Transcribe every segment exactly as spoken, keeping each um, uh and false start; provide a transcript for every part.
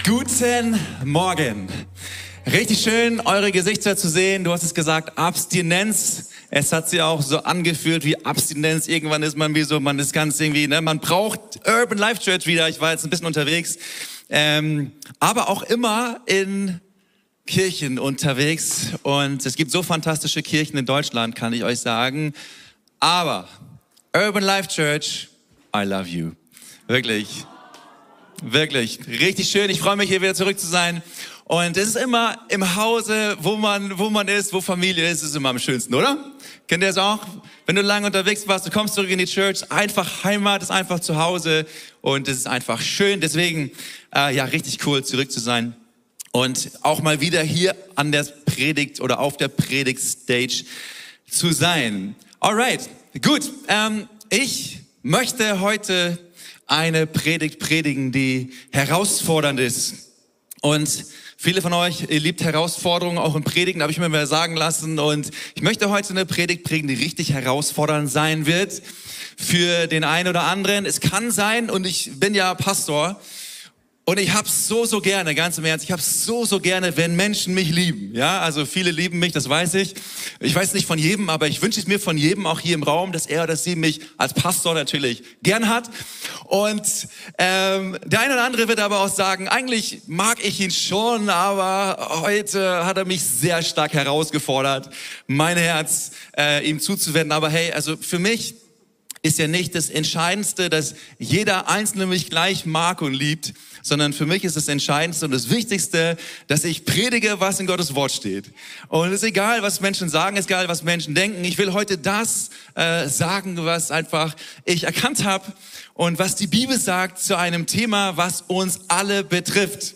Guten Morgen. Richtig schön, eure Gesichter zu sehen. Du hast es gesagt, Abstinenz. Es hat sich auch so angefühlt wie Abstinenz. Irgendwann ist man wie so, man ist ganz irgendwie, ne, man braucht Urban Life Church wieder. Ich war jetzt ein bisschen unterwegs. Ähm, aber auch immer in Kirchen unterwegs. Und es gibt so fantastische Kirchen in Deutschland, kann ich euch sagen. Aber Urban Life Church, I love you. Wirklich. Wirklich. Richtig schön. Ich freue mich, hier wieder zurück zu sein. Und es ist immer im Hause, wo man, wo man ist, wo Familie ist, ist es immer am schönsten, oder? Kennt ihr das auch? Wenn du lange unterwegs warst, du kommst zurück in die Church, einfach Heimat, ist einfach zu Hause und es ist einfach schön. Deswegen, äh, ja, richtig cool, zurück zu sein. Und auch mal wieder hier an der Predigt oder auf der Predigt-Stage zu sein. Alright, gut. Ähm, ich möchte heute eine Predigt predigen, die herausfordernd ist. Und viele von euch, ihr liebt Herausforderungen, auch in Predigen, habe ich mir mal sagen lassen. Und ich möchte heute eine Predigt predigen, die richtig herausfordernd sein wird für den einen oder anderen. Es kann sein, und ich bin ja Pastor, und ich hab's so, so gerne, ganz im Ernst, ich hab's so, so gerne, wenn Menschen mich lieben. Ja, also viele lieben mich, das weiß ich. Ich weiß nicht von jedem, aber ich wünsche es mir von jedem, auch hier im Raum, dass er oder sie mich als Pastor natürlich gern hat. Und ähm, der eine oder andere wird aber auch sagen, eigentlich mag ich ihn schon, aber heute hat er mich sehr stark herausgefordert, mein Herz äh, ihm zuzuwenden. Aber hey, also für mich ist ja nicht das Entscheidendste, dass jeder Einzelne mich gleich mag und liebt, sondern für mich ist das Entscheidendste und das Wichtigste, dass ich predige, was in Gottes Wort steht. Und es ist egal, was Menschen sagen, es ist egal, was Menschen denken. Ich will heute das äh, sagen, was einfach ich erkannt habe und was die Bibel sagt zu einem Thema, was uns alle betrifft.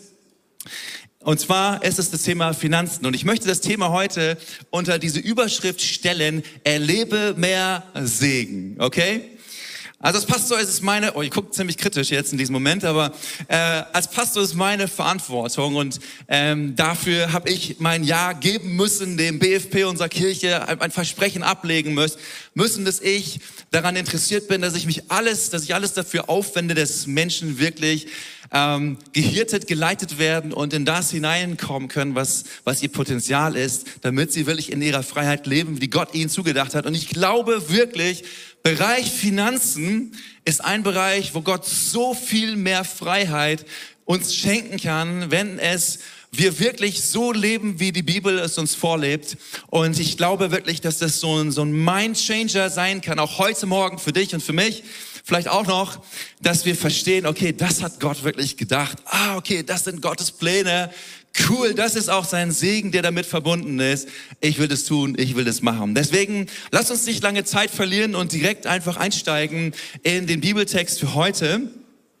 Und zwar ist es das Thema Finanzen. Und ich möchte das Thema heute unter diese Überschrift stellen: Erlebe mehr Segen, okay? Also als Pastor ist es meine, oh, ich gucke ziemlich kritisch jetzt in diesem Moment, aber äh, als Pastor ist meine Verantwortung und ähm, dafür habe ich mein Ja geben müssen, dem B F P unserer Kirche ein, ein Versprechen ablegen müssen, müssen, dass ich daran interessiert bin, dass ich mich alles, dass ich alles dafür aufwende, dass Menschen wirklich ähm, gehirtet, geleitet werden und in das hineinkommen können, was was ihr Potenzial ist, damit sie wirklich in ihrer Freiheit leben, wie Gott ihnen zugedacht hat. Und ich glaube wirklich, Bereich Finanzen ist ein Bereich, wo Gott so viel mehr Freiheit uns schenken kann, wenn es wir wirklich so leben, wie die Bibel es uns vorlebt. Und ich glaube wirklich, dass das so ein, so ein Mindchanger sein kann, auch heute Morgen für dich und für mich. Vielleicht auch noch, dass wir verstehen, okay, das hat Gott wirklich gedacht. Ah, okay, das sind Gottes Pläne. Cool, das ist auch sein Segen, der damit verbunden ist. Ich will das tun, ich will das machen. Deswegen, lasst uns nicht lange Zeit verlieren und direkt einfach einsteigen in den Bibeltext für heute.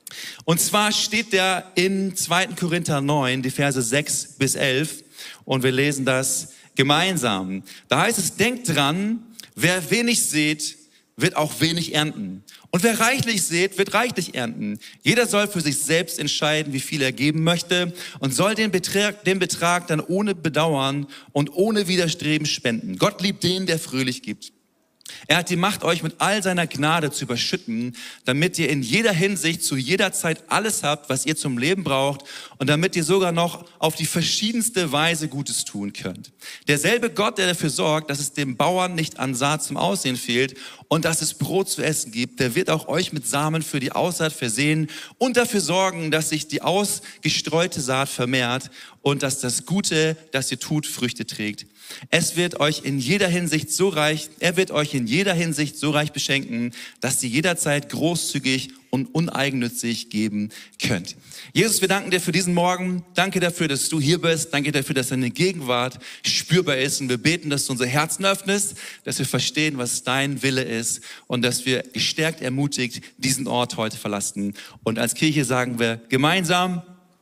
Und zwar steht der in zweiten Korinther neun, die Verse sechs bis elf. Und wir lesen das gemeinsam. Da heißt es, denkt dran, wer wenig sät, wird auch wenig ernten. Und wer reichlich sät, wird reichlich ernten. Jeder soll für sich selbst entscheiden, wie viel er geben möchte und soll den Betrag, den Betrag dann ohne Bedauern und ohne Widerstreben spenden. Gott liebt den, der fröhlich gibt. Er hat die Macht, euch mit all seiner Gnade zu überschütten, damit ihr in jeder Hinsicht zu jeder Zeit alles habt, was ihr zum Leben braucht und damit ihr sogar noch auf die verschiedenste Weise Gutes tun könnt. Derselbe Gott, der dafür sorgt, dass es dem Bauern nicht an Saat zum Aussehen fehlt und dass es Brot zu essen gibt, der wird auch euch mit Samen für die Aussaat versehen und dafür sorgen, dass sich die ausgestreute Saat vermehrt und dass das Gute, das ihr tut, Früchte trägt. Es wird euch in jeder Hinsicht so reich, er wird euch in jeder Hinsicht so reich beschenken, dass ihr jederzeit großzügig und uneigennützig geben könnt. Jesus, wir danken dir für diesen Morgen. Danke dafür, dass du hier bist. Danke dafür, dass deine Gegenwart spürbar ist. Und wir beten, dass du unsere Herzen öffnest, dass wir verstehen, was dein Wille ist und dass wir gestärkt, ermutigt diesen Ort heute verlassen. Und als Kirche sagen wir gemeinsam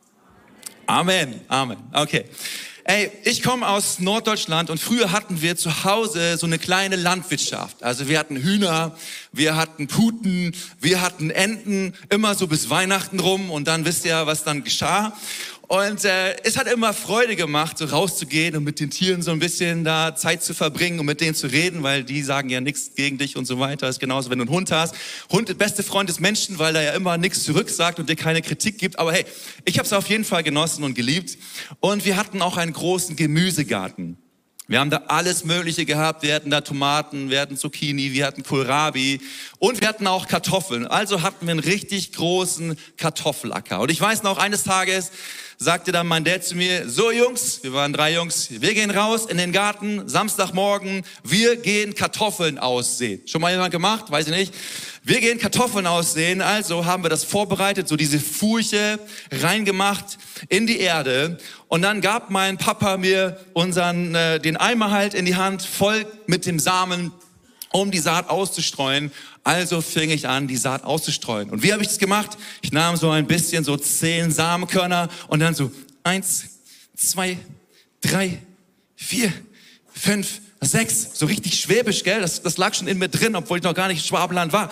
Amen. Amen. Okay. Ey, ich komme aus Norddeutschland und früher hatten wir zu Hause so eine kleine Landwirtschaft. Also wir hatten Hühner, wir hatten Puten, wir hatten Enten, immer so bis Weihnachten rum und dann wisst ihr, was dann geschah. Und äh, es hat immer Freude gemacht, so rauszugehen und mit den Tieren so ein bisschen da Zeit zu verbringen und mit denen zu reden, weil die sagen ja nichts gegen dich und so weiter. Das ist genauso, wenn du einen Hund hast. Hund ist der beste Freund des Menschen, weil er ja immer nichts zurücksagt und dir keine Kritik gibt. Aber hey, ich habe es auf jeden Fall genossen und geliebt. Und wir hatten auch einen großen Gemüsegarten. Wir haben da alles Mögliche gehabt. Wir hatten da Tomaten, wir hatten Zucchini, wir hatten Kohlrabi und wir hatten auch Kartoffeln. Also hatten wir einen richtig großen Kartoffelacker. Und ich weiß noch, eines Tages sagte dann mein Dad zu mir, so Jungs, wir waren drei Jungs, wir gehen raus in den Garten, Samstagmorgen, wir gehen Kartoffeln aussehen. Schon mal jemand gemacht? Weiß ich nicht. Wir gehen Kartoffeln aussehen, also haben wir das vorbereitet, so diese Furche reingemacht in die Erde. Und dann gab mein Papa mir unseren, äh, den Eimer halt in die Hand, voll mit dem Samen, um die Saat auszustreuen. Also fing ich an, die Saat auszustreuen. Und wie habe ich das gemacht? Ich nahm so ein bisschen, so zehn Samenkörner und dann so eins, zwei, drei, vier, fünf, sechs. So richtig schwäbisch, gell? Das, das lag schon in mir drin, obwohl ich noch gar nicht in Schwabenland war.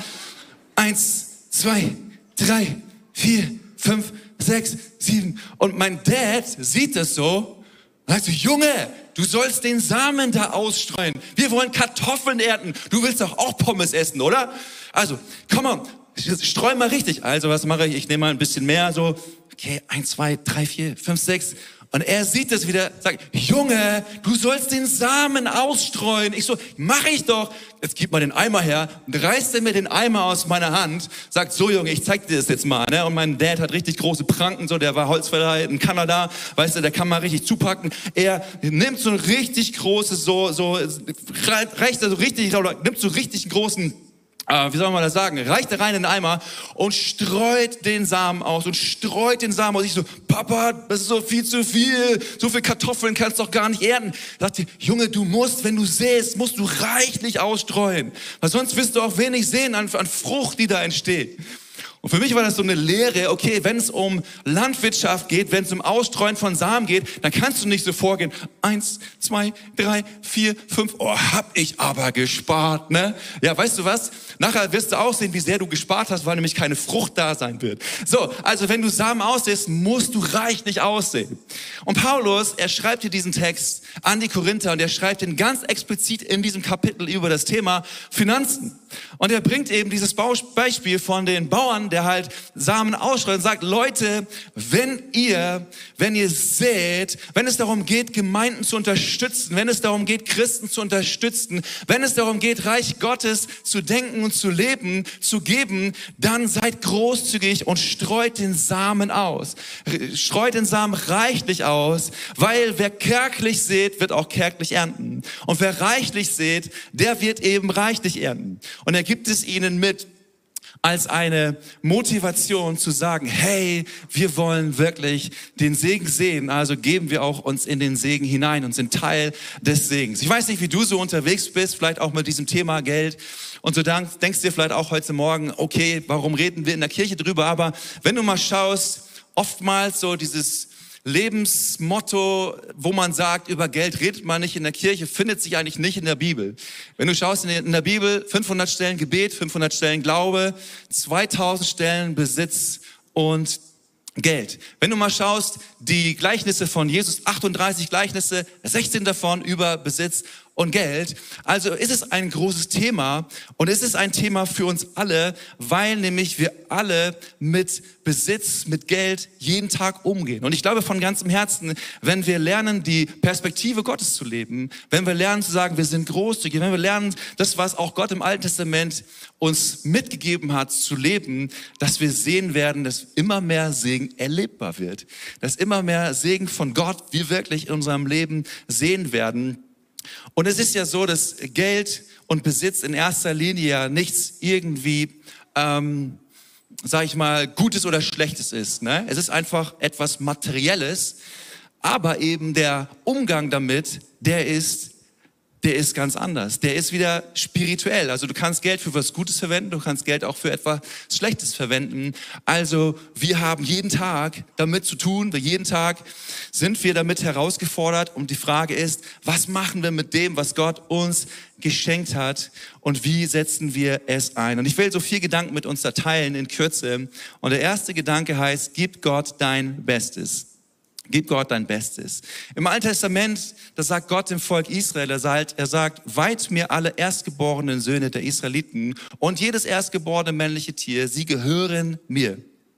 Eins, zwei, drei, vier, fünf, sechs, sieben. Und mein Dad sieht das so. Und sagt so, Junge, du sollst den Samen da ausstreuen. Wir wollen Kartoffeln ernten. Du willst doch auch Pommes essen, oder? Also, komm mal, streu mal richtig. Also, was mache ich? Ich nehme mal ein bisschen mehr, so, okay, eins, zwei, drei, vier, fünf, sechs. Und er sieht das wieder, sagt, Junge, du sollst den Samen ausstreuen. Ich so, mach ich doch. Jetzt gib mal den Eimer her. Und reißt er mir den Eimer aus meiner Hand, sagt, so Junge, ich zeig dir das jetzt mal. Ne? Und mein Dad hat richtig große Pranken, so, der war Holzfäller in Kanada, weißt du, der kann mal richtig zupacken. Er nimmt so ein richtig großes, so, so, reicht er so richtig, oder nimmt so richtig einen großen, Uh, wie soll man das sagen, reicht er rein in den Eimer und streut den Samen aus und streut den Samen aus. Ich so, Papa, das ist so viel zu viel, so viel Kartoffeln kannst du doch gar nicht ernten. Sagte, Junge, du musst, wenn du säst, musst du reichlich ausstreuen, weil sonst wirst du auch wenig sehen an, an Frucht, die da entsteht. Und für mich war das so eine Lehre, okay, wenn es um Landwirtschaft geht, wenn es um Ausstreuen von Samen geht, dann kannst du nicht so vorgehen, eins, zwei, drei, vier, fünf, oh, hab ich aber gespart, ne? Ja, weißt du was? Nachher wirst du auch sehen, wie sehr du gespart hast, weil nämlich keine Frucht da sein wird. So, also wenn du Samen aussäst, musst du reichlich aussehen. Und Paulus, er schreibt hier diesen Text an die Korinther und er schreibt ihn ganz explizit in diesem Kapitel über das Thema Finanzen. Und er bringt eben dieses Beispiel von den Bauern, der halt Samen ausstreut und sagt, Leute, wenn ihr, wenn ihr sät, wenn es darum geht, Gemeinden zu unterstützen, wenn es darum geht, Christen zu unterstützen, wenn es darum geht, Reich Gottes zu denken und zu leben, zu geben, dann seid großzügig und streut den Samen aus. Streut den Samen reichlich aus, weil wer kärglich sät, wird auch kärglich ernten. Und wer reichlich sät, der wird eben reichlich ernten. Und er gibt es ihnen mit als eine Motivation zu sagen, hey, wir wollen wirklich den Segen sehen, also geben wir auch uns in den Segen hinein und sind Teil des Segens. Ich weiß nicht, wie du so unterwegs bist, vielleicht auch mit diesem Thema Geld und so denkst, denkst dir vielleicht auch heute Morgen, okay, warum reden wir in der Kirche drüber, aber wenn du mal schaust, oftmals so dieses Lebensmotto, wo man sagt, über Geld redet man nicht in der Kirche, findet sich eigentlich nicht in der Bibel. Wenn du schaust in der Bibel, fünfhundert Stellen Gebet, fünfhundert Stellen Glaube, zweitausend Stellen Besitz und Geld. Wenn du mal schaust, die Gleichnisse von Jesus, achtunddreißig Gleichnisse, sechzehn davon über Besitz und Geld. Also ist es ein großes Thema und es ist ein Thema für uns alle, weil nämlich wir alle mit Besitz, mit Geld jeden Tag umgehen. Und ich glaube von ganzem Herzen, wenn wir lernen, die Perspektive Gottes zu leben, wenn wir lernen zu sagen, wir sind großzügig, wenn wir lernen, das, was auch Gott im Alten Testament uns mitgegeben hat, zu leben, dass wir sehen werden, dass immer mehr Segen erlebbar wird. Dass immer mehr Segen von Gott wir wirklich in unserem Leben sehen werden. Und es ist ja so, dass Geld und Besitz in erster Linie ja nichts irgendwie, ähm, sag ich mal, Gutes oder Schlechtes ist. Ne? Es ist einfach etwas Materielles, aber eben der Umgang damit, der ist, der ist ganz anders. Der ist wieder spirituell. Also du kannst Geld für was Gutes verwenden, du kannst Geld auch für etwas Schlechtes verwenden. Also wir haben jeden Tag damit zu tun, jeden Tag sind wir damit herausgefordert. Und die Frage ist, was machen wir mit dem, was Gott uns geschenkt hat und wie setzen wir es ein? Und ich will so vier Gedanken mit uns da teilen in Kürze. Und der erste Gedanke heißt, gib Gott dein Bestes. Gib Gott dein Bestes. Im Alten Testament, da sagt Gott dem Volk Israel, er sagt, er sagt, weiht mir alle erstgeborenen Söhne der Israeliten und jedes erstgeborene männliche Tier, sie gehören mir.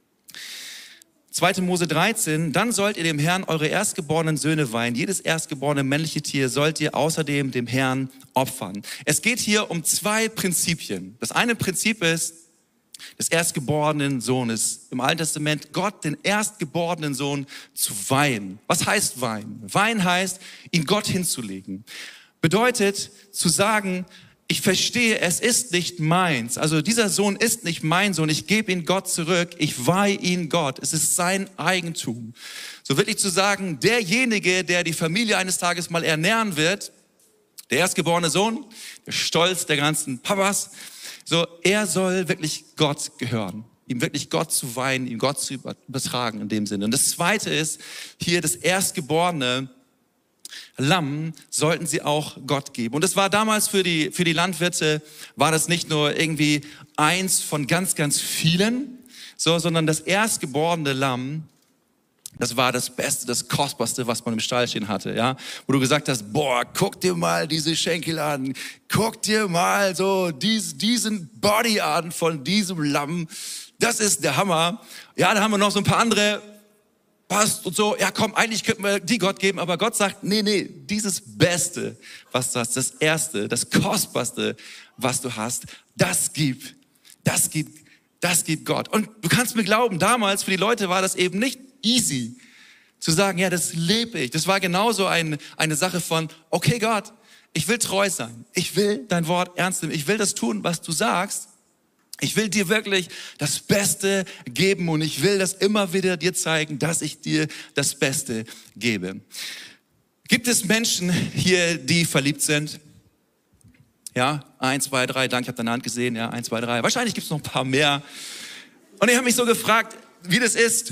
zweiter Mose dreizehn, dann sollt ihr dem Herrn eure erstgeborenen Söhne weihen. Jedes erstgeborene männliche Tier sollt ihr außerdem dem Herrn opfern. Es geht hier um zwei Prinzipien. Das eine Prinzip ist, des erstgeborenen Sohnes. Im Alten Testament Gott den erstgeborenen Sohn zu weihen. Was heißt weihen? Weihen heißt, ihn Gott hinzulegen. Bedeutet zu sagen, ich verstehe, es ist nicht meins. Also dieser Sohn ist nicht mein Sohn. Ich gebe ihn Gott zurück. Ich weihe ihn Gott. Es ist sein Eigentum. So wirklich zu sagen, derjenige, der die Familie eines Tages mal ernähren wird, der erstgeborene Sohn, der Stolz der ganzen Papas, so, er soll wirklich Gott gehören, ihm wirklich Gott zu weihen, ihm Gott zu übertragen in dem Sinne. Und das Zweite ist, hier das erstgeborene Lamm sollten sie auch Gott geben. Und das war damals für die, für die Landwirte, war das nicht nur irgendwie eins von ganz, ganz vielen, so, sondern das erstgeborene Lamm, das war das Beste, das Kostbarste, was man im Stall stehen hatte, ja. Wo du gesagt hast, boah, guck dir mal diese Schenkel an, guck dir mal so dies, diesen Body an von diesem Lamm. Das ist der Hammer. Ja, da haben wir noch so ein paar andere, passt und so. Ja, komm, eigentlich könnten wir die Gott geben, aber Gott sagt, nee, nee, dieses Beste, was du hast, das Erste, das Kostbarste, was du hast, das gib, das gibt, das gibt Gott. Und du kannst mir glauben, damals für die Leute war das eben nicht easy, zu sagen, ja, das lebe ich. Das war genauso ein, eine Sache von, okay Gott, ich will treu sein. Ich will dein Wort ernst nehmen. Ich will das tun, was du sagst. Ich will dir wirklich das Beste geben und ich will das immer wieder dir zeigen, dass ich dir das Beste gebe. Gibt es Menschen hier, die verliebt sind? Ja, eins, zwei, drei, danke, ich habe deine Hand gesehen. Ja, eins, zwei, drei. Wahrscheinlich gibt es noch ein paar mehr. Und ich habe mich so gefragt, wie das ist.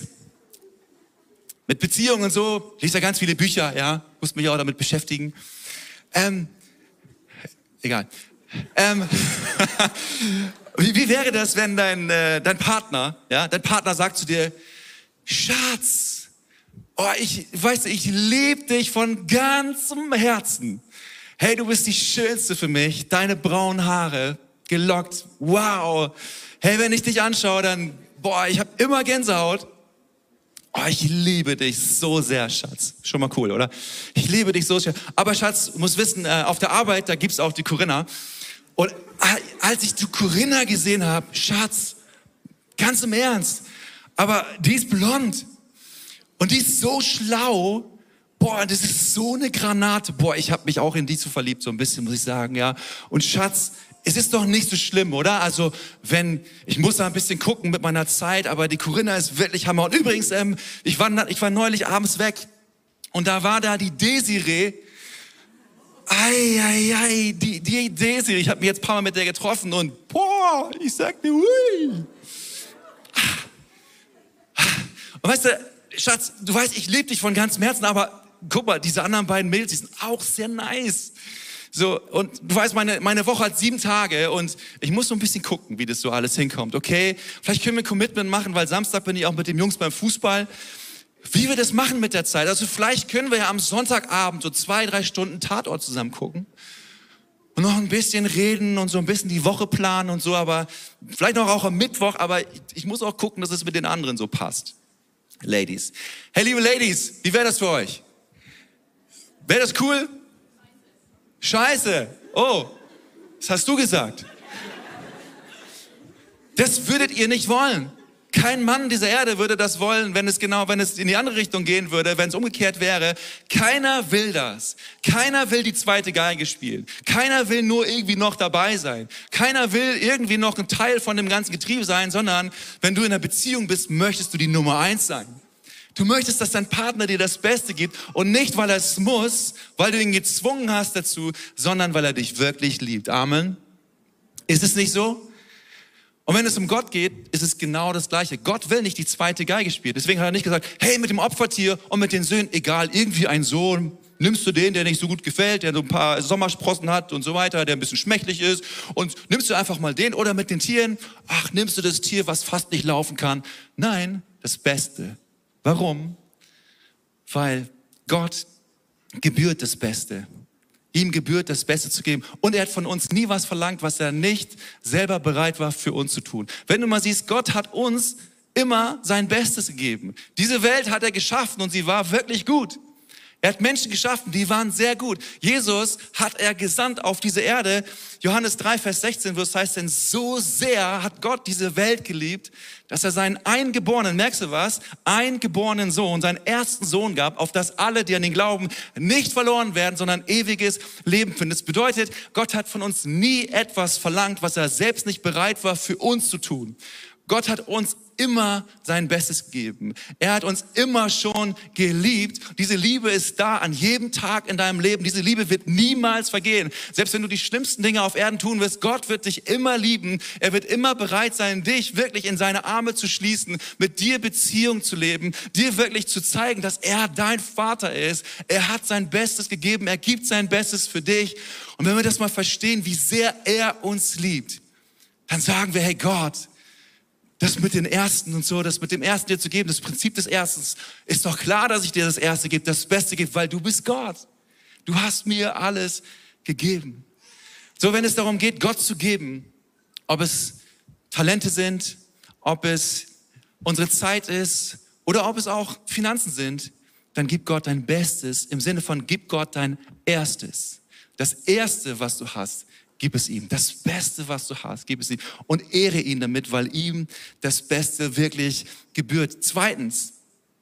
Mit Beziehungen und so, ich lese ja ganz viele Bücher, ja, muss mich auch damit beschäftigen. Ähm, egal. Ähm, wie, wie wäre das, wenn dein, äh, dein Partner, ja, dein Partner sagt zu dir, Schatz, oh, ich, weißt du, ich liebe dich von ganzem Herzen. Hey, du bist die Schönste für mich, deine braunen Haare, gelockt, wow. Hey, wenn ich dich anschaue, dann, boah, ich habe immer Gänsehaut. Oh, ich liebe dich so sehr, Schatz. Schon mal cool, oder? Ich liebe dich so sehr. Aber Schatz, du musst wissen, äh, auf der Arbeit, da gibt's auch die Corinna. Und äh, als ich die Corinna gesehen habe, Schatz, ganz im Ernst, aber die ist blond und die ist so schlau. Boah, das ist so eine Granate. Boah, ich habe mich auch in die zu verliebt, so ein bisschen, muss ich sagen, ja. Und Schatz, es ist doch nicht so schlimm, oder? Also, wenn, ich muss da ein bisschen gucken mit meiner Zeit, aber die Corinna ist wirklich Hammer. Und übrigens, ähm, ich war, ich war neulich abends weg und da war da die Desiree. Ei, ei, ei, die, die Desiree. Ich habe mich jetzt ein paar Mal mit der getroffen und, boah, ich sag dir, hui. Und weißt du, Schatz, du weißt, ich liebe dich von ganzem Herzen, aber guck mal, diese anderen beiden Mädels, die sind auch sehr nice. So, und du weißt, meine, meine Woche hat sieben Tage und ich muss so ein bisschen gucken, wie das so alles hinkommt, okay? Vielleicht können wir ein Commitment machen, weil Samstag bin ich auch mit den Jungs beim Fußball. Wie wir das machen mit der Zeit. Also vielleicht können wir ja am Sonntagabend so zwei, drei Stunden Tatort zusammen gucken und noch ein bisschen reden und so ein bisschen die Woche planen und so, aber vielleicht noch auch am Mittwoch, aber ich, ich muss auch gucken, dass es mit den anderen so passt. Ladies. Hey, liebe Ladies, wie wäre das für euch? Wäre das cool? Scheiße. Oh, das hast du gesagt. Das würdet ihr nicht wollen. Kein Mann dieser Erde würde das wollen, wenn es genau, wenn es in die andere Richtung gehen würde, wenn es umgekehrt wäre. Keiner will das. Keiner will die zweite Geige spielen. Keiner will nur irgendwie noch dabei sein. Keiner will irgendwie noch ein Teil von dem ganzen Getriebe sein, sondern wenn du in einer Beziehung bist, möchtest du die Nummer eins sein. Du möchtest, dass dein Partner dir das Beste gibt und nicht, weil er es muss, weil du ihn gezwungen hast dazu, sondern weil er dich wirklich liebt. Amen. Ist es nicht so? Und wenn es um Gott geht, ist es genau das Gleiche. Gott will nicht die zweite Geige spielen. Deswegen hat er nicht gesagt, hey, mit dem Opfertier und mit den Söhnen, egal, irgendwie ein Sohn, nimmst du den, der nicht so gut gefällt, der so ein paar Sommersprossen hat und so weiter, der ein bisschen schmächtig ist und nimmst du einfach mal den oder mit den Tieren, ach, nimmst du das Tier, was fast nicht laufen kann. Nein, das Beste. Warum? weil Gott gebührt das Beste. Ihm gebührt das Beste zu geben. Und er hat von uns nie was verlangt, was er nicht selber bereit war für uns zu tun. Wenn du mal siehst, Gott hat uns immer sein Bestes gegeben. Diese Welt hat er geschaffen und sie war wirklich gut. Er hat Menschen geschaffen, die waren sehr gut. Jesus hat er gesandt auf diese Erde. Johannes drei, Vers sechzehn, wo es heißt, denn so sehr hat Gott diese Welt geliebt, dass er seinen eingeborenen, merkst du was, eingeborenen Sohn, seinen ersten Sohn gab, auf das alle, die an ihn glauben, nicht verloren werden, sondern ewiges Leben finden. Das bedeutet, Gott hat von uns nie etwas verlangt, was er selbst nicht bereit war, für uns zu tun. Gott hat uns immer sein Bestes gegeben. Er hat uns immer schon geliebt. Diese Liebe ist da an jedem Tag in deinem Leben. Diese Liebe wird niemals vergehen. Selbst wenn du die schlimmsten Dinge auf Erden tun wirst, Gott wird dich immer lieben. Er wird immer bereit sein, dich wirklich in seine Arme zu schließen, mit dir Beziehung zu leben, dir wirklich zu zeigen, dass er dein Vater ist. Er hat sein Bestes gegeben. Er gibt sein Bestes für dich. Und wenn wir das mal verstehen, wie sehr er uns liebt, dann sagen wir, hey Gott, das mit den Ersten und so, das mit dem Ersten dir zu geben, das Prinzip des Erstens, ist doch klar, dass ich dir das Erste gebe, das Beste gebe, weil du bist Gott. Du hast mir alles gegeben. So, wenn es darum geht, Gott zu geben, ob es Talente sind, ob es unsere Zeit ist oder ob es auch Finanzen sind, dann gib Gott dein Bestes im Sinne von gib Gott dein Erstes. Das Erste, was du hast, gib es ihm. Das Beste, was du hast, gib es ihm. Und ehre ihn damit, weil ihm das Beste wirklich gebührt. Zweitens,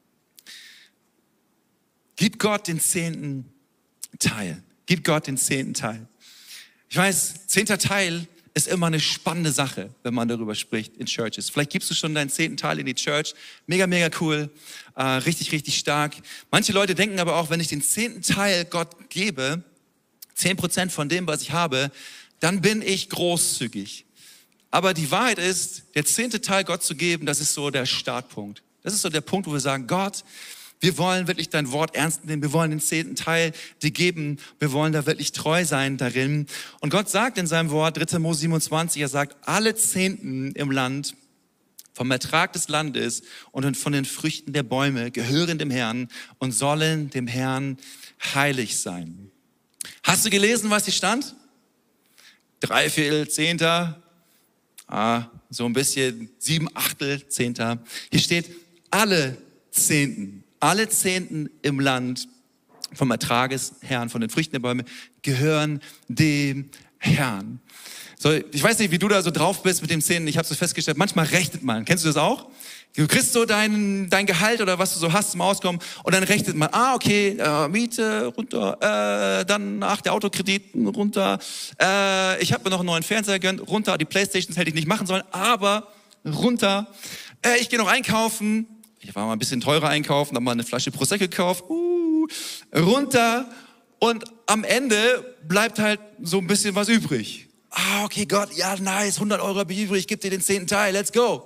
gib Gott den zehnten Teil. Gib Gott den zehnten Teil. Ich weiß, zehnter Teil ist immer eine spannende Sache, wenn man darüber spricht in Churches. Vielleicht gibst du schon deinen zehnten Teil in die Church. Mega, mega cool. Äh, richtig, richtig stark. Manche Leute denken aber auch, wenn ich den zehnten Teil Gott gebe, zehn Prozent von dem, was ich habe, dann bin ich großzügig. Aber die Wahrheit ist, der zehnte Teil Gott zu geben, das ist so der Startpunkt. Das ist so der Punkt, wo wir sagen, Gott, wir wollen wirklich dein Wort ernst nehmen. Wir wollen den zehnten Teil dir geben. Wir wollen da wirklich treu sein darin. Und Gott sagt in seinem Wort, dritter Mose siebenundzwanzig, er sagt, alle Zehnten im Land, vom Ertrag des Landes und von den Früchten der Bäume gehören dem Herrn und sollen dem Herrn heilig sein. Hast du gelesen, was hier stand? Drei Viertel, Zehnter, ah, so ein bisschen sieben Achtel, Zehnter. Hier steht alle Zehnten, alle Zehnten im Land vom Ertrag des Herrn, von den Früchten der Bäume, gehören dem Herrn. So, ich weiß nicht, wie du da so drauf bist mit dem Zehnten. Ich habe so festgestellt, manchmal rechnet man. Kennst du das auch? Du kriegst so dein, dein Gehalt oder was du so hast zum Auskommen und dann rechnet man, ah, okay, äh, Miete runter, äh, dann, ach, der Autokredit runter, äh, ich habe mir noch einen neuen Fernseher gegönnt, runter, die Playstations hätte ich nicht machen sollen, aber runter, äh, ich gehe noch einkaufen, ich war mal ein bisschen teurer einkaufen, habe mal eine Flasche Prosecco gekauft, uh, runter und am Ende bleibt halt so ein bisschen was übrig. Ah, okay, Gott, ja, nice, hundert Euro habe ich übrig, ich gebe dir den zehnten Teil, let's go.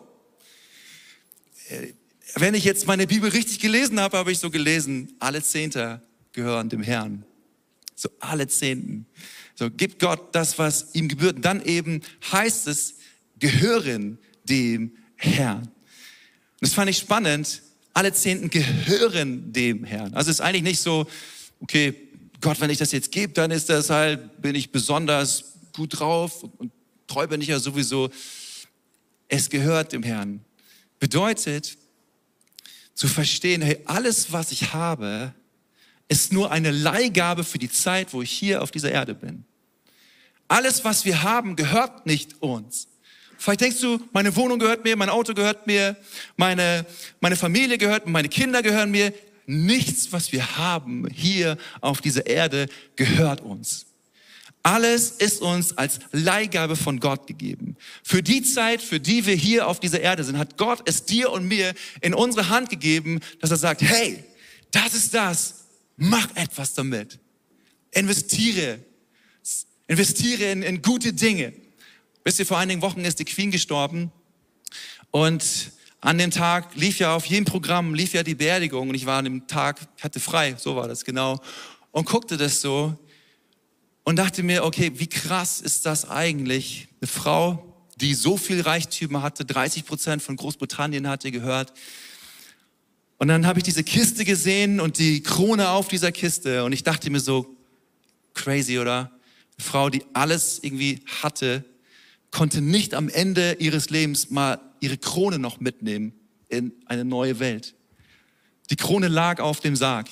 Wenn ich jetzt meine Bibel richtig gelesen habe, habe ich so gelesen, alle Zehnter gehören dem Herrn. So alle Zehnten. So gibt Gott das, was ihm gebührt. Und dann eben heißt es, gehören dem Herrn. Und das fand ich spannend. Alle Zehnten gehören dem Herrn. Also es ist eigentlich nicht so, okay, Gott, wenn ich das jetzt gebe, dann ist das halt, bin ich besonders gut drauf und treu bin ich ja sowieso. Es gehört dem Herrn. Bedeutet, zu verstehen, hey, alles, was ich habe, ist nur eine Leihgabe für die Zeit, wo ich hier auf dieser Erde bin. Alles, was wir haben, gehört nicht uns. Vielleicht denkst du, meine Wohnung gehört mir, mein Auto gehört mir, meine, meine Familie gehört mir, meine Kinder gehören mir. Nichts, was wir haben hier auf dieser Erde, gehört uns. Alles ist uns als Leihgabe von Gott gegeben. Für die Zeit, für die wir hier auf dieser Erde sind, hat Gott es dir und mir in unsere Hand gegeben, dass er sagt, hey, das ist das, mach etwas damit. Investiere, investiere in, in gute Dinge. Wisst ihr, vor einigen Wochen ist die Queen gestorben und an dem Tag lief ja auf jedem Programm, lief ja die Beerdigung und ich war an dem Tag, hatte frei, so war das genau, und guckte das so. Und dachte mir, okay, wie krass ist das eigentlich? Eine Frau, die so viel Reichtümer hatte, dreißig Prozent von Großbritannien hatte gehört. Und dann habe ich diese Kiste gesehen und die Krone auf dieser Kiste. Und ich dachte mir so, crazy, oder? Eine Frau, die alles irgendwie hatte, konnte nicht am Ende ihres Lebens mal ihre Krone noch mitnehmen in eine neue Welt. Die Krone lag auf dem Sarg.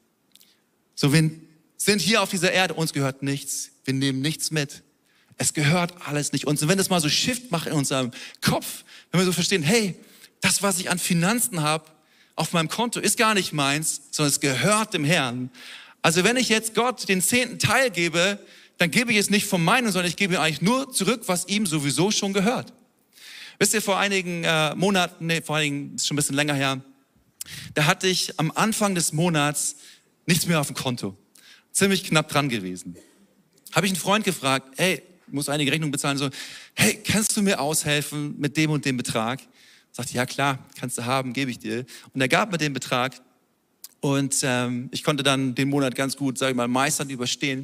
So, wir sind hier auf dieser Erde, uns gehört nichts. Wir nehmen nichts mit. Es gehört alles nicht uns. Und wenn das mal so Shift macht in unserem Kopf, wenn wir so verstehen, hey, das, was ich an Finanzen habe, auf meinem Konto ist gar nicht meins, sondern es gehört dem Herrn. Also wenn ich jetzt Gott den zehnten Teil gebe, dann gebe ich es nicht von meinem, sondern ich gebe eigentlich nur zurück, was ihm sowieso schon gehört. Wisst ihr, vor einigen äh, Monaten, nee, vor einigen, ist schon ein bisschen länger her, da hatte ich am Anfang des Monats nichts mehr auf dem Konto. Ziemlich knapp dran gewesen. Habe ich einen Freund gefragt, hey, ich muss einige Rechnungen bezahlen, so, hey, kannst du mir aushelfen mit dem und dem Betrag? Sagte, ja klar, kannst du haben, gebe ich dir. Und er gab mir den Betrag und ähm, ich konnte dann den Monat ganz gut, sage ich mal, meistern, überstehen.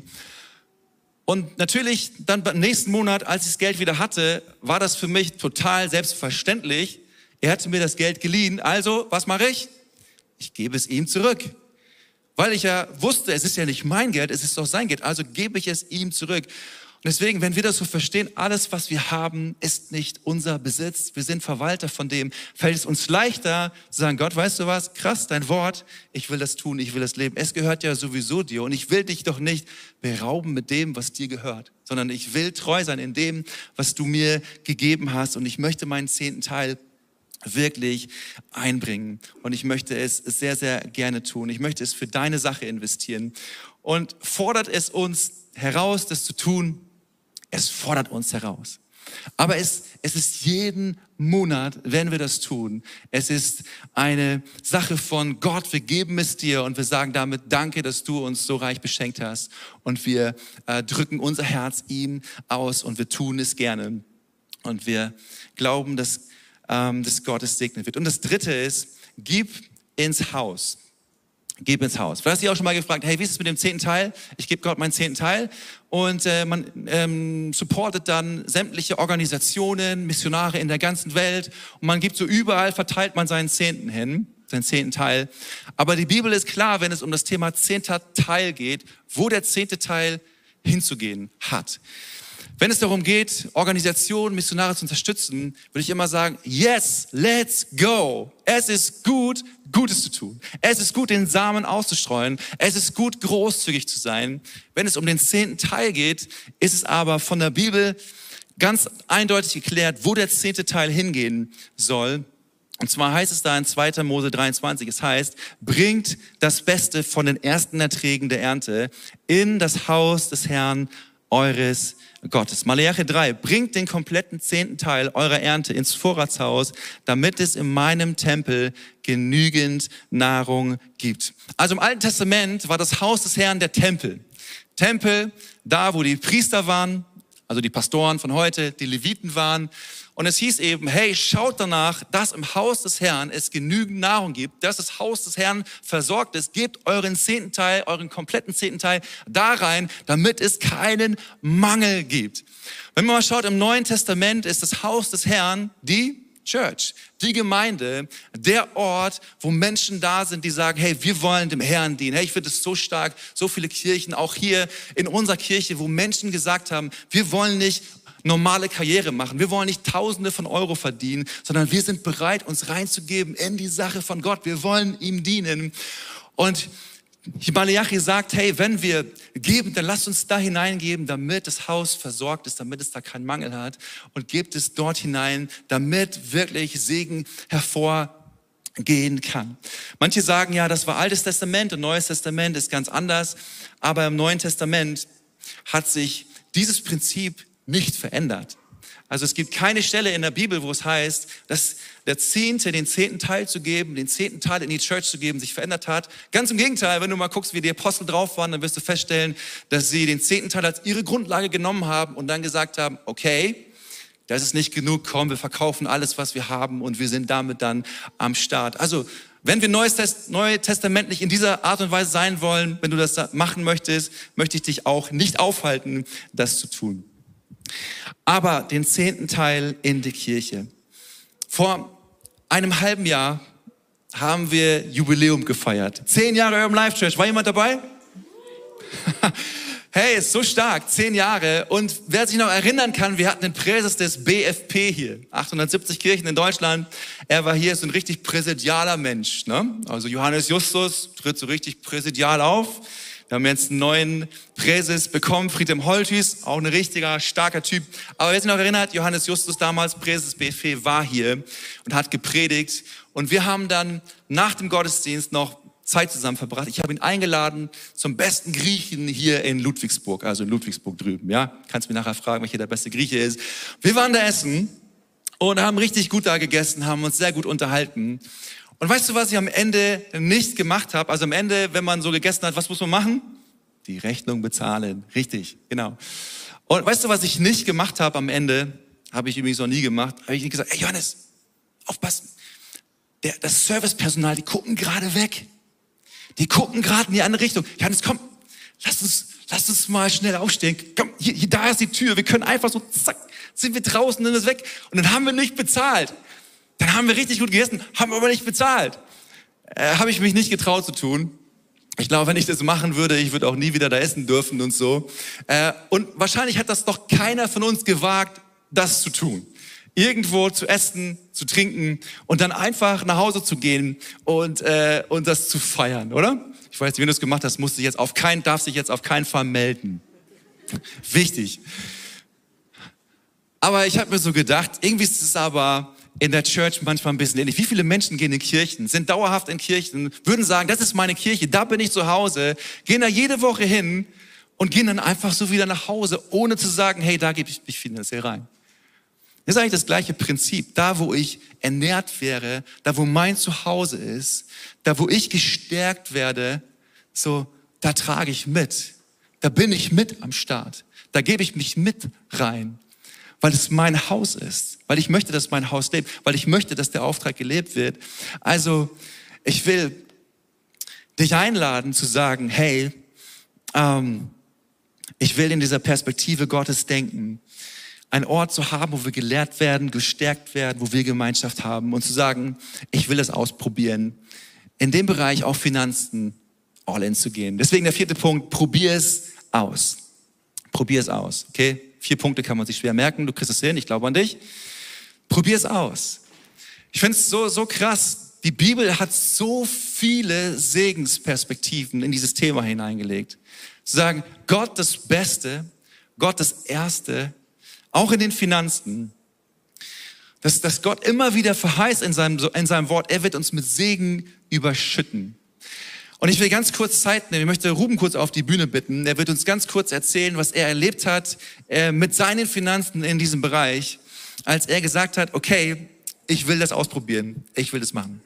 Und natürlich dann beim nächsten Monat, als ich das Geld wieder hatte, war das für mich total selbstverständlich. Er hatte mir das Geld geliehen, also was mache ich? Ich gebe es ihm zurück. Weil ich ja wusste, es ist ja nicht mein Geld, es ist doch sein Geld, also gebe ich es ihm zurück. Und deswegen, wenn wir das so verstehen, alles, was wir haben, ist nicht unser Besitz. Wir sind Verwalter von dem. Fällt es uns leichter zu sagen, Gott, weißt du was? Krass, dein Wort. Ich will das tun, ich will das leben. Es gehört ja sowieso dir. Und ich will dich doch nicht berauben mit dem, was dir gehört, sondern ich will treu sein in dem, was du mir gegeben hast. Und ich möchte meinen zehnten Teil wirklich einbringen. Und ich möchte es sehr, sehr gerne tun. Ich möchte es für deine Sache investieren. Und fordert es uns heraus, das zu tun? Es fordert uns heraus. Aber es, es ist jeden Monat, wenn wir das tun. Es ist eine Sache von Gott, wir geben es dir und wir sagen damit, danke, dass du uns so reich beschenkt hast. Und wir äh, drücken unser Herz ihm aus und wir tun es gerne. Und wir glauben, dass, ähm, dass Gott es segnen wird. Und das Dritte ist, gib ins Haus. Gib ins Haus. Vielleicht hast du dich auch schon mal gefragt, hey, wie ist es mit dem zehnten Teil? Ich gebe Gott meinen zehnten Teil. Und äh, man ähm, supportet dann sämtliche Organisationen, Missionare in der ganzen Welt. Und man gibt so überall, verteilt man seinen Zehnten hin, seinen zehnten Teil. Aber die Bibel ist klar, wenn es um das Thema zehnter Teil geht, wo der zehnte Teil hinzugehen hat. Wenn es darum geht, Organisationen, Missionare zu unterstützen, würde ich immer sagen, yes, let's go. Es ist gut, Gutes zu tun. Es ist gut, den Samen auszustreuen. Es ist gut, großzügig zu sein. Wenn es um den zehnten Teil geht, ist es aber von der Bibel ganz eindeutig geklärt, wo der zehnte Teil hingehen soll. Und zwar heißt es da in zweiter Mose dreiundzwanzig, es heißt, bringt das Beste von den ersten Erträgen der Ernte in das Haus des Herrn eures Gottes. Maleachi drei, bringt den kompletten zehnten Teil eurer Ernte ins Vorratshaus, damit es in meinem Tempel genügend Nahrung gibt. Also im Alten Testament war das Haus des Herrn der Tempel. Tempel, da wo die Priester waren, also die Pastoren von heute, die Leviten waren. Und es hieß eben, hey, schaut danach, dass im Haus des Herrn es genügend Nahrung gibt, dass das Haus des Herrn versorgt ist. Gebt euren zehnten Teil, euren kompletten zehnten Teil da rein, damit es keinen Mangel gibt. Wenn man mal schaut, im Neuen Testament ist das Haus des Herrn die Church, die Gemeinde, der Ort, wo Menschen da sind, die sagen, hey, wir wollen dem Herrn dienen. Hey, ich finde es so stark, so viele Kirchen, auch hier in unserer Kirche, wo Menschen gesagt haben, wir wollen nicht normale Karriere machen. Wir wollen nicht Tausende von Euro verdienen, sondern wir sind bereit, uns reinzugeben in die Sache von Gott. Wir wollen ihm dienen. Und Maleachi sagt, hey, wenn wir geben, dann lasst uns da hineingeben, damit das Haus versorgt ist, damit es da keinen Mangel hat. Und gebt es dort hinein, damit wirklich Segen hervorgehen kann. Manche sagen ja, das war Altes Testament und Neues Testament ist ganz anders. Aber im Neuen Testament hat sich dieses Prinzip nicht verändert. Also es gibt keine Stelle in der Bibel, wo es heißt, dass der Zehnte, den zehnten Teil zu geben, den zehnten Teil in die Church zu geben, sich verändert hat. Ganz im Gegenteil, wenn du mal guckst, wie die Apostel drauf waren, dann wirst du feststellen, dass sie den zehnten Teil als ihre Grundlage genommen haben und dann gesagt haben, okay, das ist nicht genug, komm, wir verkaufen alles, was wir haben und wir sind damit dann am Start. Also wenn wir Neues Test, Neue Testamentlich in dieser Art und Weise sein wollen, wenn du das machen möchtest, möchte ich dich auch nicht aufhalten, das zu tun. Aber den zehnten Teil in die Kirche. Vor einem halben Jahr haben wir Jubiläum gefeiert. Zehn Jahre Urban Life Church. War jemand dabei? Hey, ist so stark, zehn Jahre. Und wer sich noch erinnern kann, wir hatten den Präses des B F P hier, achthundertsiebzig Kirchen in Deutschland. Er war hier, ist ein richtig präsidialer Mensch, ne? Also Johannes Justus tritt so richtig präsidial auf. Wir haben jetzt einen neuen Präses bekommen, Friedhelm Holthus, auch ein richtiger, starker Typ. Aber wer sich noch erinnert, Johannes Justus, damals Präses des B F P, war hier und hat gepredigt. Und wir haben dann nach dem Gottesdienst noch Zeit zusammen verbracht. Ich habe ihn eingeladen zum besten Griechen hier in Ludwigsburg, also in Ludwigsburg drüben. Ja, kannst mich nachher fragen, welcher der beste Grieche ist. Wir waren da essen und haben richtig gut da gegessen, haben uns sehr gut unterhalten. Und weißt du, was ich am Ende nicht gemacht habe? Also am Ende, wenn man so gegessen hat, was muss man machen? Die Rechnung bezahlen. Richtig, genau. Und weißt du, was ich nicht gemacht habe am Ende? Habe ich übrigens noch nie gemacht. Habe ich nicht gesagt, ey Johannes, aufpassen. Der, das Servicepersonal, die gucken gerade weg. Die gucken gerade in die andere Richtung. Johannes, komm, lass uns, lass uns mal schnell aufstehen. Komm, hier, hier, da ist die Tür. Wir können einfach so, zack, sind wir draußen, dann ist weg. Und dann haben wir nicht bezahlt. Dann haben wir richtig gut gegessen, haben aber nicht bezahlt. Äh, habe ich mich nicht getraut zu tun. Ich glaube, wenn ich das machen würde, ich würde auch nie wieder da essen dürfen und so. Äh, und wahrscheinlich hat das doch keiner von uns gewagt, das zu tun. Irgendwo zu essen, zu trinken und dann einfach nach Hause zu gehen und äh, und das zu feiern, oder? Ich weiß nicht, wenn du es gemacht hast, musst du jetzt auf keinen, darf sich jetzt auf keinen Fall melden. Wichtig. Aber ich habe mir so gedacht, irgendwie ist es aber in der Church manchmal ein bisschen ähnlich. Wie viele Menschen gehen in Kirchen, sind dauerhaft in Kirchen, würden sagen, das ist meine Kirche, da bin ich zu Hause, gehen da jede Woche hin und gehen dann einfach so wieder nach Hause, ohne zu sagen, hey, da gebe ich mich finanziell rein. Das ist eigentlich das gleiche Prinzip. Da, wo ich ernährt wäre, da, wo mein Zuhause ist, da, wo ich gestärkt werde, so, da trage ich mit. Da bin ich mit am Start. Da gebe ich mich mit rein, weil es mein Haus ist, weil ich möchte, dass mein Haus lebt, weil ich möchte, dass der Auftrag gelebt wird. Also, ich will dich einladen zu sagen, hey, ähm, ich will in dieser Perspektive Gottes denken, einen Ort zu haben, wo wir gelehrt werden, gestärkt werden, wo wir Gemeinschaft haben und zu sagen, ich will das ausprobieren, in dem Bereich auch Finanzen all in zu gehen. Deswegen der vierte Punkt, probier es aus. Probier es aus, okay? Vier Punkte kann man sich schwer merken, du kriegst es hin, ich glaube an dich. Probier es aus. Ich finde es so, so krass, die Bibel hat so viele Segensperspektiven in dieses Thema hineingelegt. Zu sagen, Gott das Beste, Gott das Erste, auch in den Finanzen, dass, dass Gott immer wieder verheißt in seinem, in seinem Wort, er wird uns mit Segen überschütten. Und ich will ganz kurz Zeit nehmen, ich möchte Ruben kurz auf die Bühne bitten, er wird uns ganz kurz erzählen, was er erlebt hat äh, mit seinen Finanzen in diesem Bereich, als er gesagt hat, okay, ich will das ausprobieren, ich will das machen.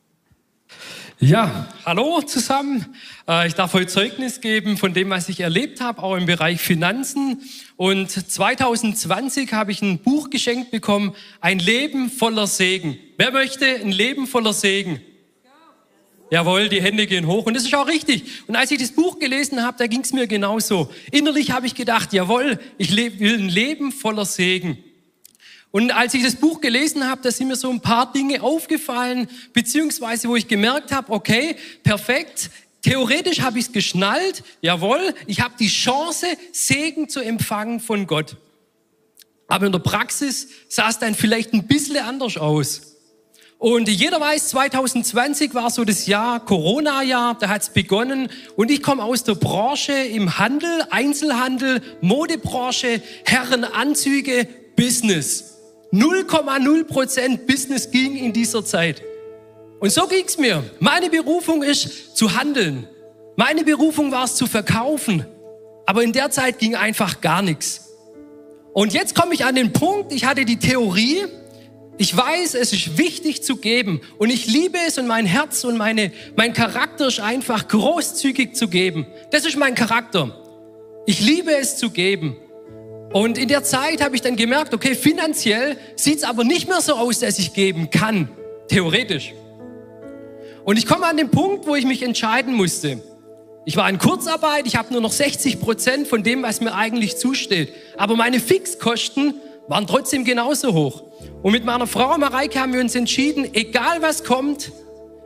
Ja, hallo zusammen. Ich darf heute Zeugnis geben von dem, was ich erlebt habe, auch im Bereich Finanzen. Und zwanzig zwanzig habe ich ein Buch geschenkt bekommen, Ein Leben voller Segen. Wer möchte ein Leben voller Segen? Jawohl, die Hände gehen hoch und das ist auch richtig. Und als ich das Buch gelesen habe, da ging es mir genauso. Innerlich habe ich gedacht, jawohl, ich will ein Leben voller Segen. Und als ich das Buch gelesen habe, da sind mir so ein paar Dinge aufgefallen, beziehungsweise wo ich gemerkt habe, okay, perfekt, theoretisch habe ich es geschnallt, jawohl, ich habe die Chance, Segen zu empfangen von Gott. Aber in der Praxis sah es dann vielleicht ein bisschen anders aus. Und jeder weiß, zwanzig zwanzig war so das Jahr, Corona-Jahr, da hat es begonnen. Und ich komme aus der Branche im Handel, Einzelhandel, Modebranche, Herrenanzüge, Business. null Komma null Prozent Business ging in dieser Zeit. Und so ging's mir. Meine Berufung ist zu handeln. Meine Berufung war es zu verkaufen. Aber in der Zeit ging einfach gar nichts. Und jetzt komme ich an den Punkt, ich hatte die Theorie, ich weiß, es ist wichtig zu geben. Und ich liebe es und mein Herz und meine, mein Charakter ist einfach großzügig zu geben. Das ist mein Charakter. Ich liebe es zu geben. Und in der Zeit habe ich dann gemerkt, okay, finanziell sieht es aber nicht mehr so aus, dass ich geben kann, theoretisch. Und ich komme an den Punkt, wo ich mich entscheiden musste. Ich war in Kurzarbeit, ich habe nur noch sechzig Prozent von dem, was mir eigentlich zusteht. Aber meine Fixkosten waren trotzdem genauso hoch. Und mit meiner Frau Mareike haben wir uns entschieden, egal was kommt,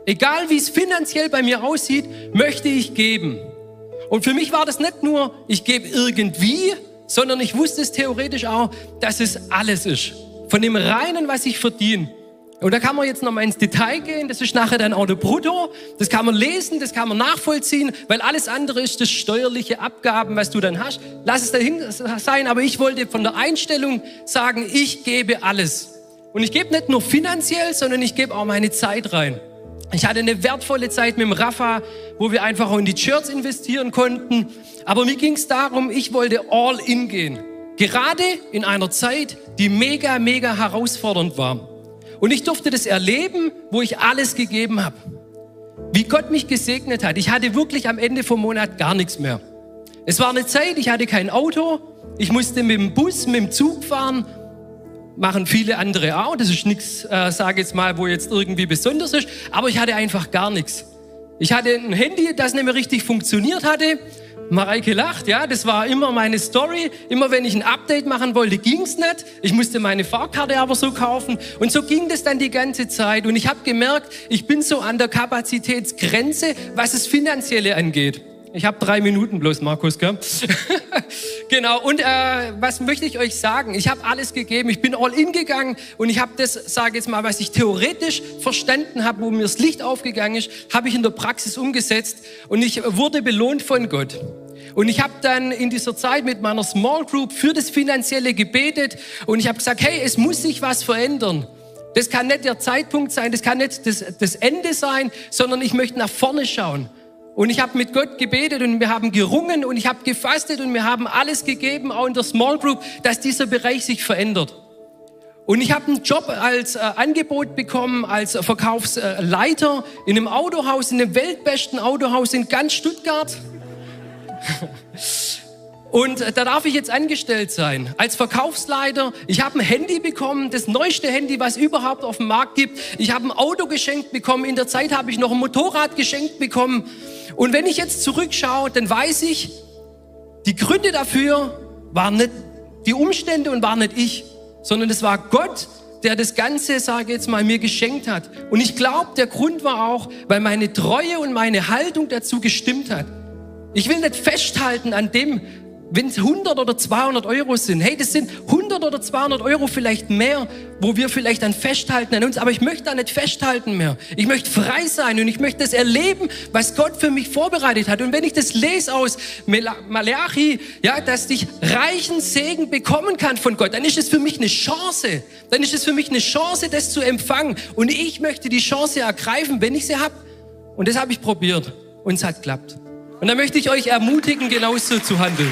Egal wie es finanziell bei mir aussieht, möchte ich geben. Und für mich war das nicht nur, ich gebe irgendwie, sondern ich wusste es theoretisch auch, dass es alles ist. Von dem Reinen, was ich verdiene. Und da kann man jetzt noch mal ins Detail gehen, das ist nachher dann auch der Brutto, das kann man lesen, das kann man nachvollziehen, weil alles andere ist das steuerliche Abgaben, was du dann hast. Lass es dahin sein, aber ich wollte von der Einstellung sagen, ich gebe alles. Und ich gebe nicht nur finanziell, sondern ich gebe auch meine Zeit rein. Ich hatte eine wertvolle Zeit mit dem Rafa, wo wir einfach auch in die Church investieren konnten. Aber mir ging es darum, ich wollte all in gehen. Gerade in einer Zeit, die mega, mega herausfordernd war. Und ich durfte das erleben, wo ich alles gegeben habe. Wie Gott mich gesegnet hat. Ich hatte wirklich am Ende vom Monat gar nichts mehr. Es war eine Zeit, ich hatte kein Auto. Ich musste mit dem Bus, mit dem Zug fahren. Machen viele andere auch. Das ist nichts, äh, sage jetzt mal, wo jetzt irgendwie besonders ist. Aber ich hatte einfach gar nichts. Ich hatte ein Handy, das nicht mehr richtig funktioniert hatte. Mareike lacht, ja, das war immer meine Story. Immer wenn ich ein Update machen wollte, ging's nicht. Ich musste meine Fahrkarte aber so kaufen. Und so ging das dann die ganze Zeit. Und ich habe gemerkt, ich bin so an der Kapazitätsgrenze, was das Finanzielle angeht. Ich habe drei Minuten bloß, Markus, gell? Genau, und äh, was möchte ich euch sagen? Ich habe alles gegeben, ich bin all in gegangen und ich habe das, sage jetzt mal, was ich theoretisch verstanden habe, wo mir das Licht aufgegangen ist, habe ich in der Praxis umgesetzt und ich wurde belohnt von Gott. Und ich habe dann in dieser Zeit mit meiner Small Group für das Finanzielle gebetet und ich habe gesagt, hey, es muss sich was verändern. Das kann nicht der Zeitpunkt sein, das kann nicht das, das Ende sein, sondern ich möchte nach vorne schauen. Und ich habe mit Gott gebetet und wir haben gerungen und ich habe gefastet und wir haben alles gegeben, auch in der Small Group, dass dieser Bereich sich verändert. Und ich habe einen Job als äh, Angebot bekommen, als Verkaufsleiter in einem Autohaus, in einem weltbesten Autohaus in ganz Stuttgart. Und da darf ich jetzt angestellt sein, als Verkaufsleiter. Ich habe ein Handy bekommen, das neueste Handy, was überhaupt auf dem Markt gibt. Ich habe ein Auto geschenkt bekommen, in der Zeit habe ich noch ein Motorrad geschenkt bekommen. Und wenn ich jetzt zurückschaue, dann weiß ich, die Gründe dafür waren nicht die Umstände und waren nicht ich, sondern es war Gott, der das Ganze, sage ich jetzt mal, mir geschenkt hat. Und ich glaube, der Grund war auch, weil meine Treue und meine Haltung dazu gestimmt hat. Ich will nicht festhalten an dem, wenn es hundert oder zweihundert Euro sind. Hey, das sind hundert oder zweihundert Euro vielleicht mehr, wo wir vielleicht dann festhalten an uns. Aber ich möchte da nicht festhalten mehr. Ich möchte frei sein und ich möchte das erleben, was Gott für mich vorbereitet hat. Und wenn ich das lese aus Malachi, ja, dass ich reichen Segen bekommen kann von Gott, dann ist es für mich eine Chance. Dann ist es für mich eine Chance, das zu empfangen. Und ich möchte die Chance ergreifen, wenn ich sie habe. Und das habe ich probiert. Und es hat geklappt. Und da möchte ich euch ermutigen, genauso zu handeln.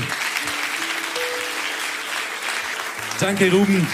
Danke, Ruben.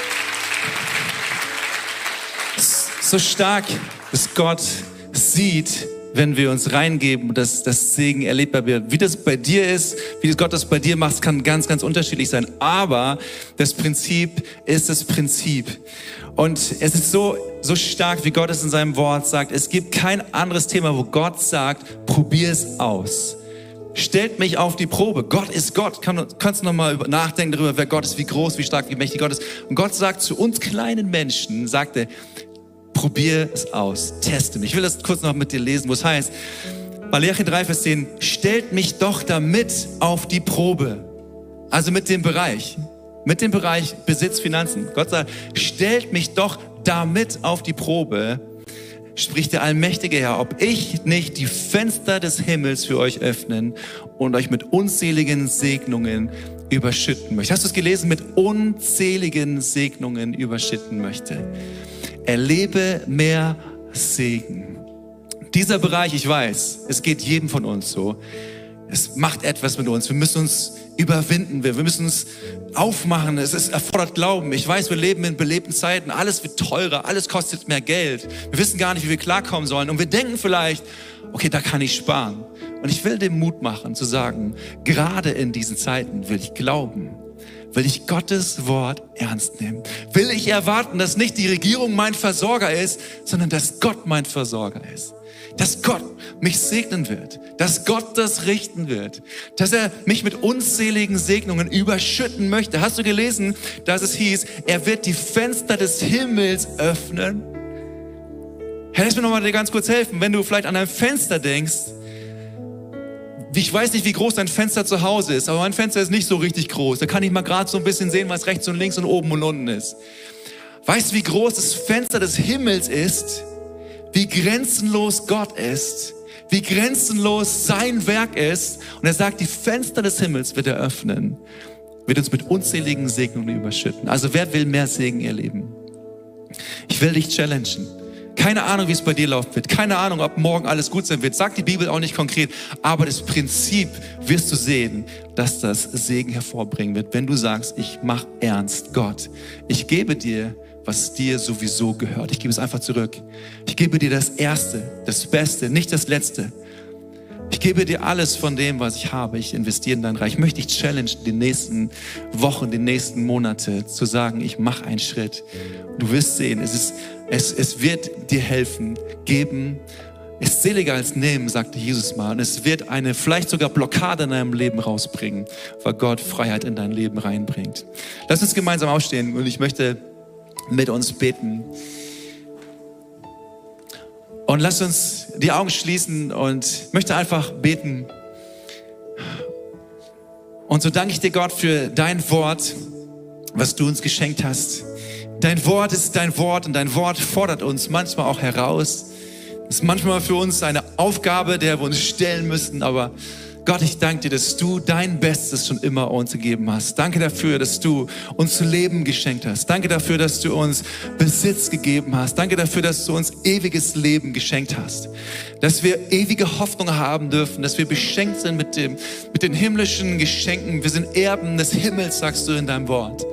So stark, dass Gott sieht, wenn wir uns reingeben, dass das Segen erlebbar wird. Wie das bei dir ist, wie Gott das bei dir macht, kann ganz, ganz unterschiedlich sein. Aber das Prinzip ist das Prinzip. Und es ist so, so stark, wie Gott es in seinem Wort sagt. Es gibt kein anderes Thema, wo Gott sagt, probier es aus. Stellt mich auf die Probe. Gott ist Gott. Kann, kannst du noch mal nachdenken darüber, wer Gott ist, wie groß, wie stark, wie mächtig Gott ist. Und Gott sagt zu uns kleinen Menschen, sagt er, probier es aus, teste mich. Ich will das kurz noch mit dir lesen, wo es heißt, Malachi drei, Vers zehn, stellt mich doch damit auf die Probe. Also mit dem Bereich, mit dem Bereich Besitz, Finanzen. Gott sagt, stellt mich doch damit auf die Probe, spricht der allmächtige Herr, ob ich nicht die Fenster des Himmels für euch öffnen und euch mit unzähligen Segnungen überschütten möchte. Hast du es gelesen? Mit unzähligen Segnungen überschütten möchte. Erlebe mehr Segen. Dieser Bereich, ich weiß, es geht jedem von uns so. Es macht etwas mit uns. Wir müssen uns überwinden. Wir, wir müssen uns aufmachen. Es ist, erfordert Glauben. Ich weiß, wir leben in belebten Zeiten. Alles wird teurer. Alles kostet mehr Geld. Wir wissen gar nicht, wie wir klarkommen sollen. Und wir denken vielleicht, okay, da kann ich sparen. Und ich will dem Mut machen, zu sagen, gerade in diesen Zeiten will ich glauben. Will ich Gottes Wort ernst nehmen? Will ich erwarten, dass nicht die Regierung mein Versorger ist, sondern dass Gott mein Versorger ist? Dass Gott mich segnen wird, dass Gott das richten wird, dass er mich mit unzähligen Segnungen überschütten möchte. Hast du gelesen, dass es hieß, er wird die Fenster des Himmels öffnen? Herr, lass mir nochmal dir ganz kurz helfen, wenn du vielleicht an ein Fenster denkst. Ich weiß nicht, wie groß dein Fenster zu Hause ist, aber mein Fenster ist nicht so richtig groß. Da kann ich mal gerade so ein bisschen sehen, was rechts und links und oben und unten ist. Weißt du, wie groß das Fenster des Himmels ist? Wie grenzenlos Gott ist? Wie grenzenlos sein Werk ist? Und er sagt, die Fenster des Himmels wird er öffnen, wird uns mit unzähligen Segnungen überschütten. Also wer will mehr Segen erleben? Ich will dich challengen. Keine Ahnung, wie es bei dir laufen wird. Keine Ahnung, ob morgen alles gut sein wird. Sagt die Bibel auch nicht konkret. Aber das Prinzip wirst du sehen, dass das Segen hervorbringen wird, wenn du sagst, ich mach ernst, Gott. Ich gebe dir, was dir sowieso gehört. Ich gebe es einfach zurück. Ich gebe dir das Erste, das Beste, nicht das Letzte. Ich gebe dir alles von dem, was ich habe. Ich investiere in dein Reich. Ich möchte dich challengen, die nächsten Wochen, die nächsten Monate zu sagen, ich mache einen Schritt. Du wirst sehen, es, ist, es, es wird dir helfen. Geben ist seliger als nehmen, sagte Jesus mal. Und es wird eine vielleicht sogar Blockade in deinem Leben rausbringen, weil Gott Freiheit in dein Leben reinbringt. Lass uns gemeinsam aufstehen und ich möchte mit uns beten. Und lass uns die Augen schließen und möchte einfach beten. Und so danke ich dir, Gott, für dein Wort, was du uns geschenkt hast. Dein Wort ist dein Wort und dein Wort fordert uns manchmal auch heraus. Das ist manchmal für uns eine Aufgabe, der wir uns stellen müssen, aber Gott, ich danke dir, dass du dein Bestes schon immer uns gegeben hast. Danke dafür, dass du uns Leben geschenkt hast. Danke dafür, dass du uns Besitz gegeben hast. Danke dafür, dass du uns ewiges Leben geschenkt hast. Dass wir ewige Hoffnung haben dürfen, dass wir beschenkt sind mit dem, mit den himmlischen Geschenken. Wir sind Erben des Himmels, sagst du in deinem Wort.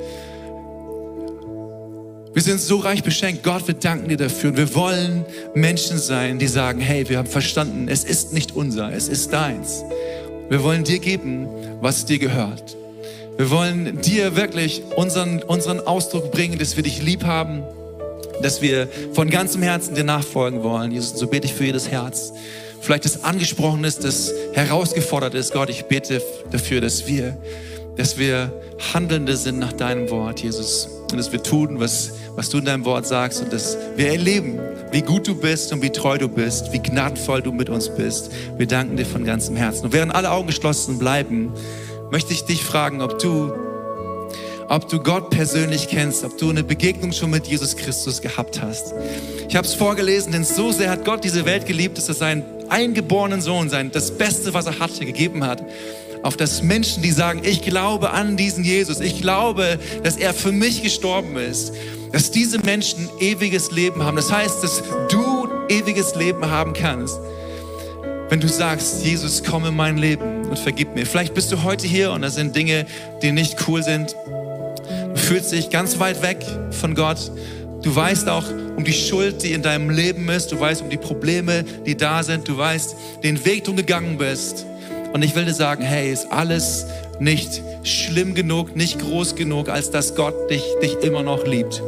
Wir sind so reich beschenkt. Gott, wir danken dir dafür. Und wir wollen Menschen sein, die sagen, hey, wir haben verstanden, es ist nicht unser, es ist deins. Wir wollen dir geben, was dir gehört. Wir wollen dir wirklich unseren, unseren Ausdruck bringen, dass wir dich lieb haben, dass wir von ganzem Herzen dir nachfolgen wollen. Jesus, so bete ich für jedes Herz. Vielleicht das angesprochen ist, das herausgefordert ist. Gott, ich bete dafür, dass wir, dass wir Handelnde sind nach deinem Wort, Jesus. Und dass wir tun, was, was du in deinem Wort sagst. Und dass wir erleben, wie gut du bist und wie treu du bist, wie gnadenvoll du mit uns bist. Wir danken dir von ganzem Herzen. Und während alle Augen geschlossen bleiben, möchte ich dich fragen, ob du, ob du Gott persönlich kennst, ob du eine Begegnung schon mit Jesus Christus gehabt hast. Ich habe es vorgelesen, denn so sehr hat Gott diese Welt geliebt, dass er seinen eingeborenen Sohn, sein, das Beste, was er hatte, gegeben hat. Auf das Menschen, die sagen, ich glaube an diesen Jesus, ich glaube, dass er für mich gestorben ist, dass diese Menschen ewiges Leben haben. Das heißt, dass du ewiges Leben haben kannst, wenn du sagst, Jesus, komm in mein Leben und vergib mir. Vielleicht bist du heute hier und da sind Dinge, die nicht cool sind. Du fühlst dich ganz weit weg von Gott. Du weißt auch um die Schuld, die in deinem Leben ist. Du weißt um die Probleme, die da sind. Du weißt den Weg, den du gegangen bist. Und ich will dir sagen, hey, ist alles nicht schlimm genug, nicht groß genug, als dass Gott dich, dich immer noch liebt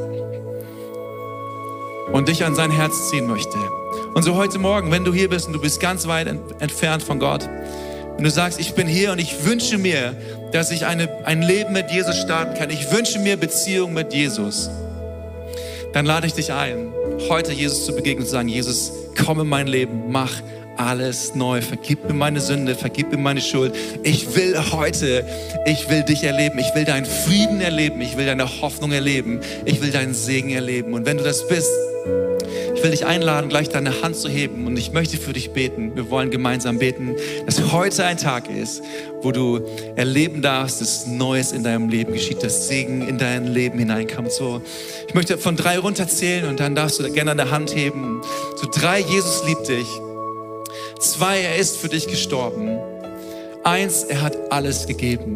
und dich an sein Herz ziehen möchte. Und so heute Morgen, wenn du hier bist und du bist ganz weit ent- entfernt von Gott und du sagst, ich bin hier und ich wünsche mir, dass ich eine, ein Leben mit Jesus starten kann. Ich wünsche mir Beziehung mit Jesus. Dann lade ich dich ein, heute Jesus zu begegnen und zu sagen, Jesus, komm in mein Leben, mach alles neu, vergib mir meine Sünde, vergib mir meine Schuld. Ich will heute, ich will dich erleben, ich will deinen Frieden erleben, ich will deine Hoffnung erleben, ich will deinen Segen erleben. Und wenn du das bist, ich will dich einladen, gleich deine Hand zu heben und ich möchte für dich beten. Wir wollen gemeinsam beten, dass heute ein Tag ist, wo du erleben darfst, dass Neues in deinem Leben geschieht, dass Segen in dein Leben hineinkommt. So, ich möchte von drei runterzählen und dann darfst du gerne deine Hand heben. So drei, Jesus liebt dich. Zwei, er ist für dich gestorben. Eins, er hat alles gegeben.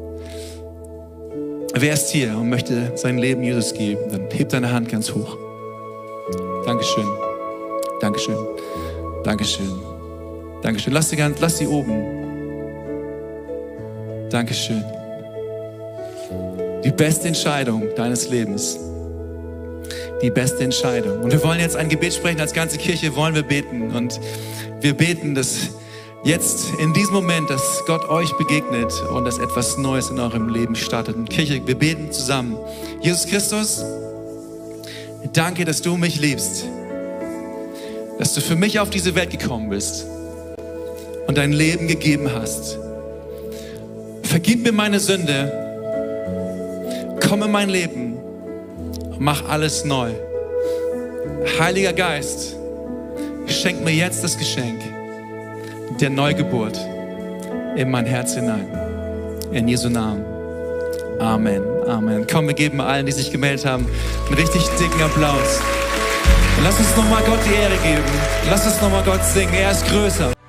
Wer ist hier und möchte sein Leben Jesus geben? Dann heb deine Hand ganz hoch. Dankeschön. Dankeschön. Dankeschön. Dankeschön. Lass sie, ganz, lass sie oben. Dankeschön. Die beste Entscheidung deines Lebens. Die beste Entscheidung. Und wir wollen jetzt ein Gebet sprechen. Als ganze Kirche wollen wir beten. Und wir beten, dass jetzt in diesem Moment, dass Gott euch begegnet und dass etwas Neues in eurem Leben startet. Und Kirche, wir beten zusammen. Jesus Christus, danke, dass du mich liebst. dass du für mich auf diese Welt gekommen bist und dein Leben gegeben hast. Vergib mir meine Sünde, komm in mein Leben und mach alles neu. Heiliger Geist, schenk mir jetzt das Geschenk der Neugeburt in mein Herz hinein. In Jesu Namen. Amen. Amen. Komm, wir geben allen, die sich gemeldet haben, einen richtig dicken Applaus. Und lass uns nochmal Gott die Ehre geben. Lass uns nochmal Gott singen. Er ist größer.